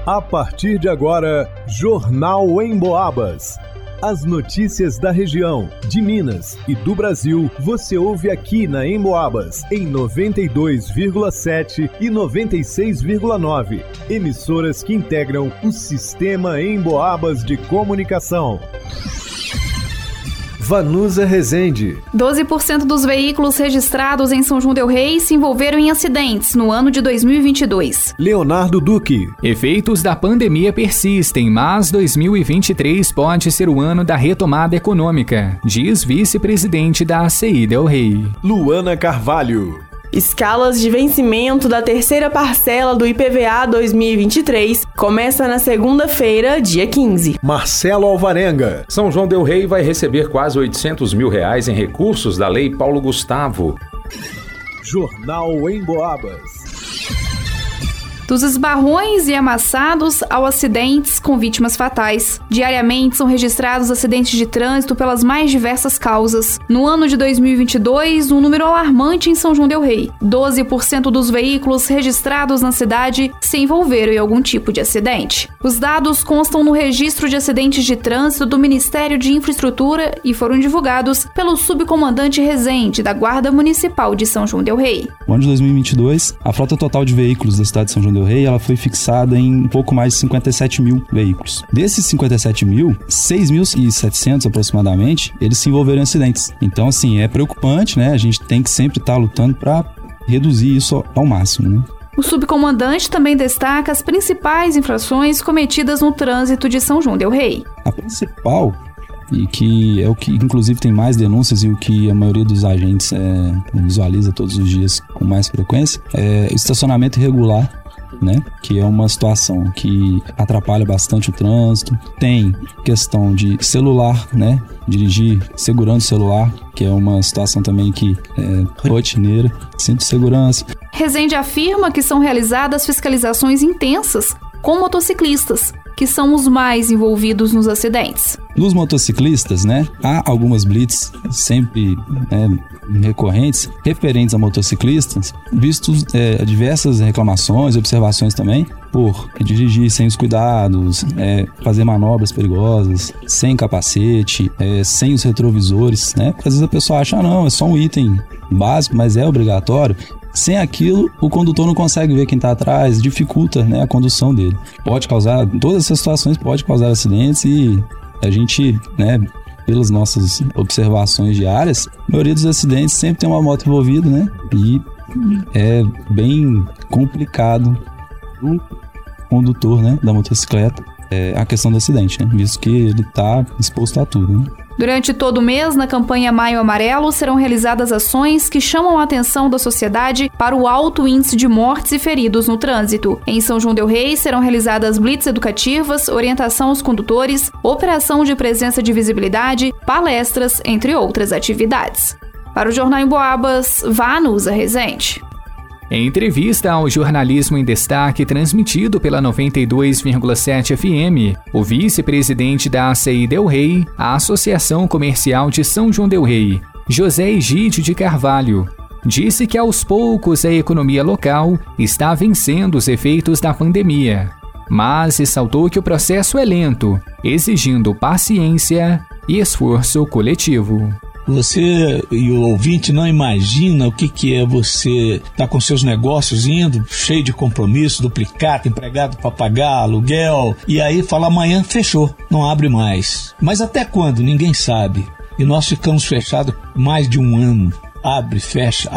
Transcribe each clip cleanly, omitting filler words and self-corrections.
A partir de agora, Jornal Emboabas. As notícias da região, de Minas e do Brasil, você ouve aqui na Emboabas, em 92,7 e 96,9. Emissoras que integram o Sistema Emboabas de Comunicação. Vanusa Rezende. 12% dos veículos registrados em São João del Rei se envolveram em acidentes no ano de 2022. Leonardo Duque. Efeitos da pandemia persistem, mas 2023 pode ser o ano da retomada econômica, diz vice-presidente da ACI del Rei. Luana Carvalho. Escalas de vencimento da terceira parcela do IPVA 2023 começa na segunda-feira, dia 15. Marcelo Alvarenga. São João del Rei vai receber quase R$800 mil em recursos da Lei Paulo Gustavo. Jornal Emboabas. Dos esbarrões e amassados aos acidentes com vítimas fatais. Diariamente são registrados acidentes de trânsito pelas mais diversas causas. No ano de 2022, um número alarmante em São João del Rei. 12% dos veículos registrados na cidade se envolveram em algum tipo de acidente. Os dados constam no registro de acidentes de trânsito do Ministério de Infraestrutura e foram divulgados pelo subcomandante Rezende da Guarda Municipal de São João del Rei. No ano de 2022, a frota total de veículos da cidade de São João del Rei, ela foi fixada em um pouco mais de 57 mil veículos. Desses 57 mil, 6.700 aproximadamente, eles se envolveram em acidentes. Então, assim, é preocupante, né? A gente tem que sempre estar lutando para reduzir isso ao máximo, né? O subcomandante também destaca as principais infrações cometidas no trânsito de São João del Rei. A principal, e que é o que inclusive tem mais denúncias e o que a maioria dos agentes visualiza todos os dias com mais frequência, é o estacionamento irregular, né? Que é uma situação que atrapalha bastante o trânsito. Tem questão de celular, né? Dirigir segurando o celular, que é uma situação também que é rotineira. Cinto de segurança. Rezende afirma que são realizadas fiscalizações intensas com motociclistas, que são os mais envolvidos nos acidentes. Nos motociclistas, né, há algumas blitz sempre recorrentes, referentes a motociclistas, vistos diversas reclamações, observações também, por dirigir sem os cuidados, fazer manobras perigosas, sem capacete, sem os retrovisores, né, porque às vezes a pessoa acha, não, é só um item básico, mas é obrigatório. Sem aquilo, o condutor não consegue ver quem está atrás, dificulta, né, a condução dele. Pode causar, todas essas situações podem causar acidentes e a gente, né, pelas nossas observações diárias, a maioria dos acidentes sempre tem uma moto envolvida, né, e é bem complicado o condutor, né, da motocicleta, a questão do acidente, né, visto que ele está exposto a tudo, né. Durante todo o mês, na campanha Maio Amarelo, serão realizadas ações que chamam a atenção da sociedade para o alto índice de mortes e feridos no trânsito. Em São João del Rei, serão realizadas blitz educativas, orientação aos condutores, operação de presença de visibilidade, palestras, entre outras atividades. Para o Jornal Emboabas, Vanusa Rezende. Em entrevista ao Jornalismo em Destaque transmitido pela 92,7 FM, o vice-presidente da ACI del Rei, a Associação Comercial de São João del Rei, José Egídio de Carvalho, disse que aos poucos a economia local está vencendo os efeitos da pandemia, mas ressaltou que o processo é lento, exigindo paciência e esforço coletivo. Você e o ouvinte não imagina o que é você estar com seus negócios indo, cheio de compromisso, duplicata, empregado para pagar, aluguel, e aí fala amanhã fechou, não abre mais. Mas até quando? Ninguém sabe. E nós ficamos fechados mais de um ano. Abre, fecha.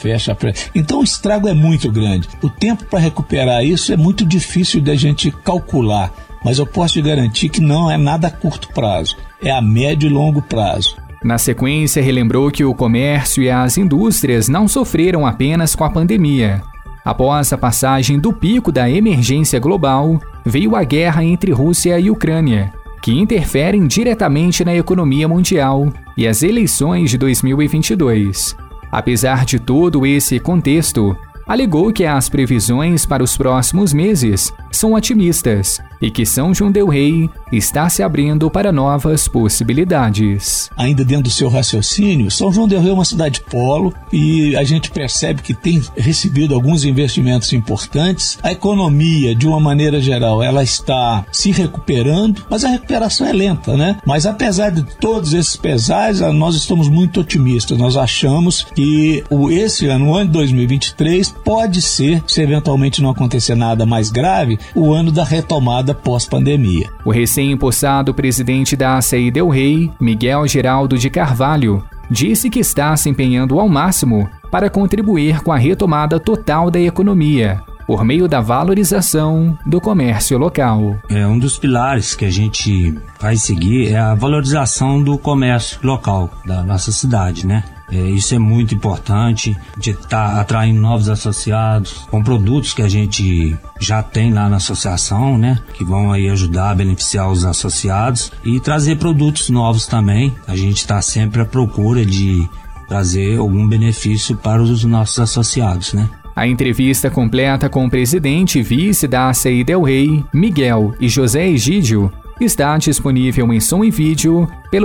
Então o estrago é muito grande. O tempo para recuperar isso é muito difícil de a gente calcular, mas eu posso te garantir que não é nada a curto prazo, é a médio e longo prazo. Na sequência, relembrou que o comércio e as indústrias não sofreram apenas com a pandemia. Após a passagem do pico da emergência global, veio a guerra entre Rússia e Ucrânia, que interferem diretamente na economia mundial, e as eleições de 2022. Apesar de todo esse contexto, alegou que as previsões para os próximos meses são otimistas e que São João del Rei está se abrindo para novas possibilidades. Ainda dentro do seu raciocínio, São João del Rei é uma cidade polo e a gente percebe que tem recebido alguns investimentos importantes. A economia, de uma maneira geral, ela está se recuperando, mas a recuperação é lenta, né? Mas apesar de todos esses pesares, nós estamos muito otimistas. Nós achamos que esse ano, o ano de 2023, pode ser, se eventualmente não acontecer nada mais grave, o ano da retomada pós-pandemia. O recém-impossado presidente da ACI Del Rei, Miguel Geraldo de Carvalho, disse que está se empenhando ao máximo para contribuir com a retomada total da economia, por meio da valorização do comércio local. Um dos pilares que a gente vai seguir é a valorização do comércio local da nossa cidade, né? Isso é muito importante, de estar atraindo novos associados com produtos que a gente já tem lá na associação, né? Que vão aí ajudar a beneficiar os associados e trazer produtos novos também. A gente está sempre à procura de trazer algum benefício para os nossos associados, né? A entrevista completa com o presidente e vice da ACI Del Rei, Miguel e José Egídio, está disponível em som e vídeo pelo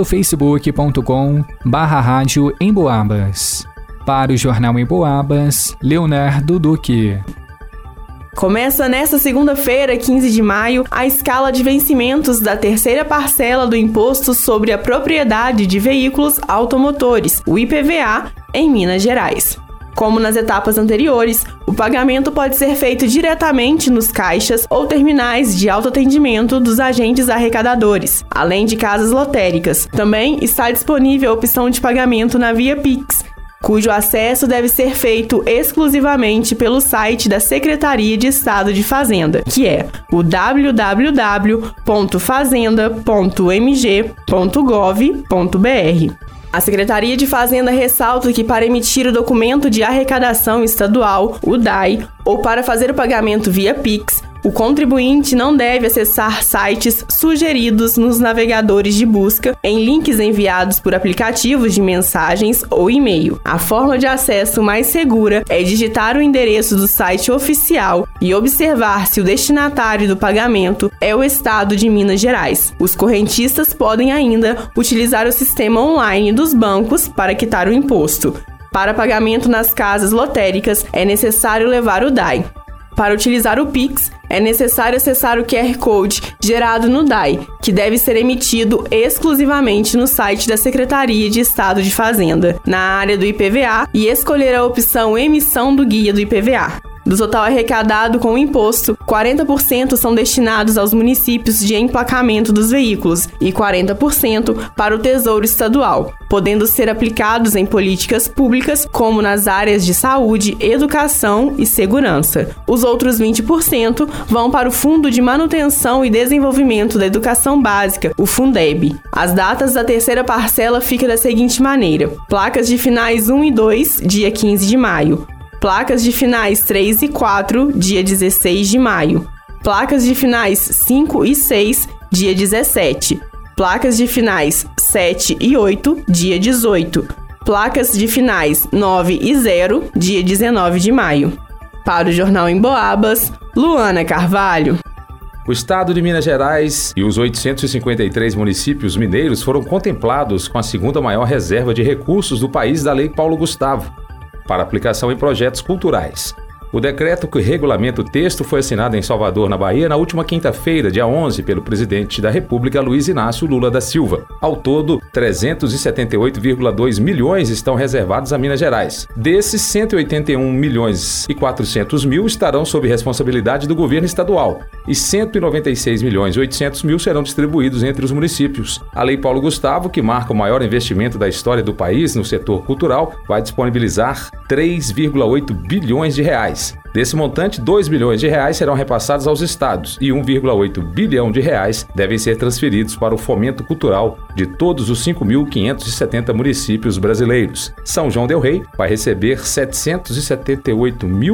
facebook.com/rádio Emboabas. Para o Jornal Emboabas, Leonardo Duque. Começa nesta segunda-feira, 15 de maio, a escala de vencimentos da terceira parcela do Imposto sobre a Propriedade de Veículos Automotores, o IPVA, em Minas Gerais. Como nas etapas anteriores, o pagamento pode ser feito diretamente nos caixas ou terminais de autoatendimento dos agentes arrecadadores, além de casas lotéricas. Também está disponível a opção de pagamento na Via Pix, cujo acesso deve ser feito exclusivamente pelo site da Secretaria de Estado de Fazenda, que é o www.fazenda.mg.gov.br. A Secretaria de Fazenda ressalta que para emitir o documento de arrecadação estadual, o DAI, ou para fazer o pagamento via Pix, o contribuinte não deve acessar sites sugeridos nos navegadores de busca em links enviados por aplicativos de mensagens ou e-mail. A forma de acesso mais segura é digitar o endereço do site oficial e observar se o destinatário do pagamento é o Estado de Minas Gerais. Os correntistas podem ainda utilizar o sistema online dos bancos para quitar o imposto. Para pagamento nas casas lotéricas, é necessário levar o DAI. Para utilizar o Pix, é necessário acessar o QR Code gerado no DAI, que deve ser emitido exclusivamente no site da Secretaria de Estado de Fazenda, na área do IPVA, e escolher a opção Emissão do Guia do IPVA. Do total arrecadado com o imposto, 40% são destinados aos municípios de emplacamento dos veículos e 40% para o Tesouro Estadual, podendo ser aplicados em políticas públicas como nas áreas de saúde, educação e segurança. Os outros 20% vão para o Fundo de Manutenção e Desenvolvimento da Educação Básica, o Fundeb. As datas da terceira parcela ficam da seguinte maneira: placas de finais 1 e 2, dia 15 de maio. Placas de finais 3 e 4, dia 16 de maio. Placas de finais 5 e 6, dia 17. Placas de finais 7 e 8, dia 18. Placas de finais 9 e 0, dia 19 de maio. Para o Jornal Emboabas, Luana Carvalho. O estado de Minas Gerais e os 853 municípios mineiros foram contemplados com a segunda maior reserva de recursos do país da Lei Paulo Gustavo, para aplicação em projetos culturais. O decreto que regulamenta o texto foi assinado em Salvador, na Bahia, na última quinta-feira, dia 11, pelo presidente da República, Luiz Inácio Lula da Silva. Ao todo, 378,2 milhões estão reservados a Minas Gerais. Desses, 181 milhões e 400 mil estarão sob responsabilidade do governo estadual e 196 milhões e 800 mil serão distribuídos entre os municípios. A Lei Paulo Gustavo, que marca o maior investimento da história do país no setor cultural, vai disponibilizar 3,8 bilhões de reais. Desse montante, 2 bilhões de reais serão repassados aos estados e 1,8 bilhão de reais devem ser transferidos para o fomento cultural de todos os 5.570 municípios brasileiros. São João del Rei vai receber R$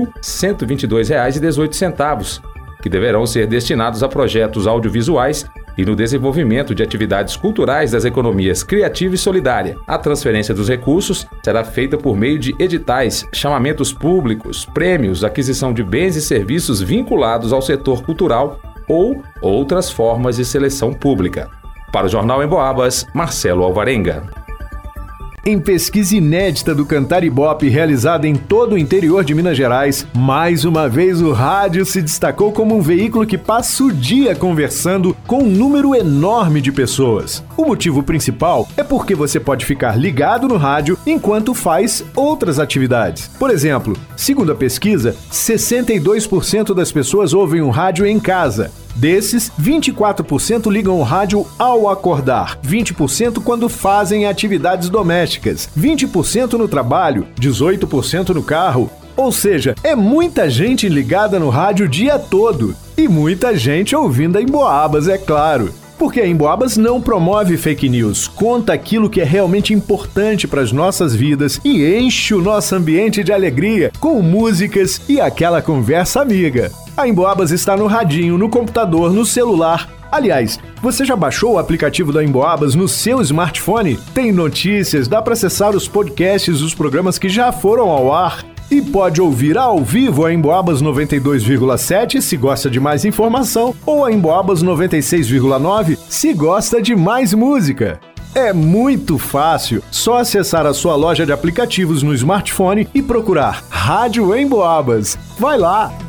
778.122,18, que deverão ser destinados a projetos audiovisuais e no desenvolvimento de atividades culturais das economias criativa e solidária. A transferência dos recursos será feita por meio de editais, chamamentos públicos, prêmios, aquisição de bens e serviços vinculados ao setor cultural ou outras formas de seleção pública. Para o Jornal Emboabas, Marcelo Alvarenga. Em pesquisa inédita do Cantar Ibope realizada em todo o interior de Minas Gerais, mais uma vez o rádio se destacou como um veículo que passa o dia conversando com um número enorme de pessoas. O motivo principal é porque você pode ficar ligado no rádio enquanto faz outras atividades. Por exemplo, segundo a pesquisa, 62% das pessoas ouvem o rádio em casa. Desses, 24% ligam o rádio ao acordar, 20% quando fazem atividades domésticas, 20% no trabalho, 18% no carro. Ou seja, é muita gente ligada no rádio o dia todo. E muita gente ouvindo a Emboabas, é claro. Porque a Emboabas não promove fake news, conta aquilo que é realmente importante para as nossas vidas e enche o nosso ambiente de alegria com músicas e aquela conversa amiga. A Emboabas está no radinho, no computador, no celular. Aliás, você já baixou o aplicativo da Emboabas no seu smartphone? Tem notícias, dá para acessar os podcasts dos programas que já foram ao ar. E pode ouvir ao vivo a Emboabas 92,7 se gosta de mais informação ou a Emboabas 96,9 se gosta de mais música. É muito fácil, só acessar a sua loja de aplicativos no smartphone e procurar Rádio Emboabas. Vai lá!